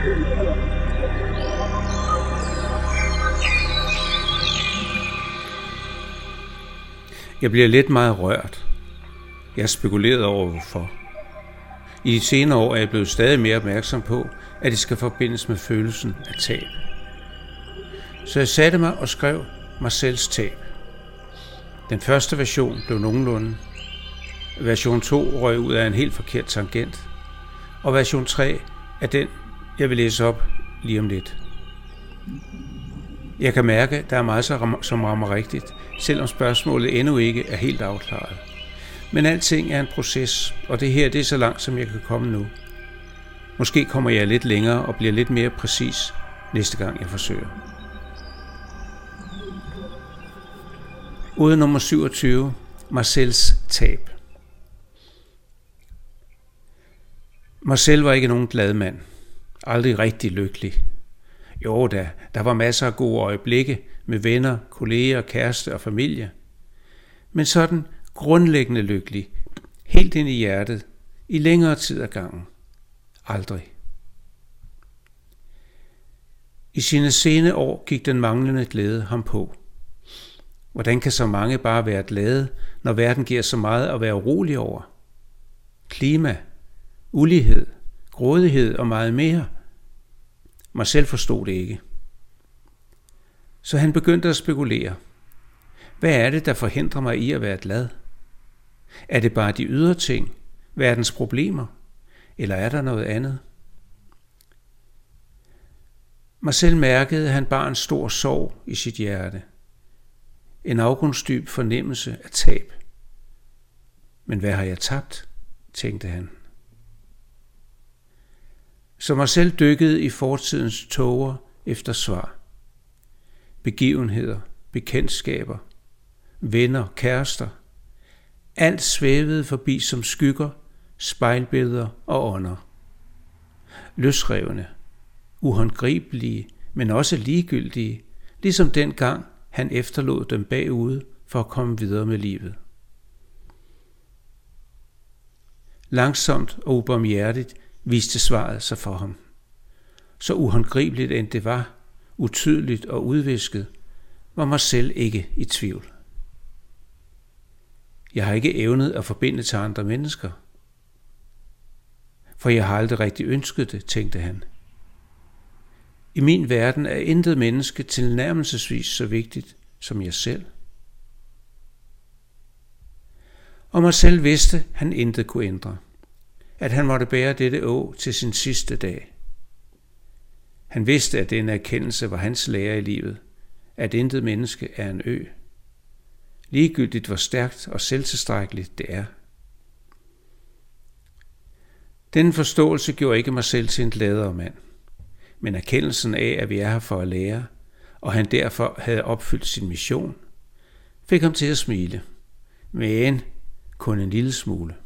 Jeg bliver lidt meget rørt. Jeg har spekuleret over hvorfor. I de senere år er jeg blevet stadig mere opmærksom på, at det skal forbindes med følelsen af tab. Så jeg satte mig og skrev Marcels tab. Den første version blev nogenlunde. Version 2 røg ud af en helt forkert tangent. Og version 3 er den, jeg vil læse op lige om lidt. Jeg kan mærke, at der er meget, som rammer rigtigt, selvom spørgsmålet endnu ikke er helt afklaret. Men alting er en proces, og det er så langt, som jeg kan komme nu. Måske kommer jeg lidt længere og bliver lidt mere præcis næste gang, jeg forsøger. Ude nummer 27. Marcels tab. Marcel var ikke nogen glad mand. Aldrig rigtig lykkelig. Jo da, der var masser af gode øjeblikke med venner, kolleger, kæreste og familie. Men sådan grundlæggende lykkelig, helt ind i hjertet, i længere tid ad gangen. Aldrig. I sine sene år gik den manglende glæde ham på. Hvordan kan så mange bare være glade, når verden giver så meget at være urolig over? Klima, ulighed, grådighed og meget mere. Marcel forstod det ikke. Så han begyndte at spekulere. Hvad er det, der forhindrer mig i at være glad? Er det bare de ydre ting, verdens problemer, eller er der noget andet? Marcel mærkede, at han bar en stor sorg i sit hjerte. En afgrundsdyb fornemmelse af tab. Men hvad har jeg tabt, tænkte han. Så Marcel dykkede i fortidens tåger efter svar. Begivenheder, bekendtskaber, venner, kærester. Alt svævede forbi som skygger, spejlbilleder og ånder. Løsrevne, uhåndgribelige, men også ligegyldige, ligesom dengang han efterlod dem bagude for at komme videre med livet. Langsomt og ubarmhjertigt viste svaret sig for ham. Så uhåndgribeligt end det var, utydeligt og udvisket, var Marcel ikke i tvivl. Jeg har ikke evnet at forbinde til andre mennesker, for jeg har aldrig rigtig ønsket det, tænkte han. I min verden er intet menneske tilnærmelsesvis så vigtigt som jeg selv. Og Marcel vidste, han intet kunne ændre. At han måtte bære dette å til sin sidste dag. Han vidste, at denne erkendelse var hans lære i livet, at intet menneske er en ø. Ligegyldigt hvor stærkt og selvtilstrækkeligt det er. Denne forståelse gjorde ikke Marcel til en gladere mand, men erkendelsen af, at vi er her for at lære, og han derfor havde opfyldt sin mission, fik ham til at smile, men kun en lille smule.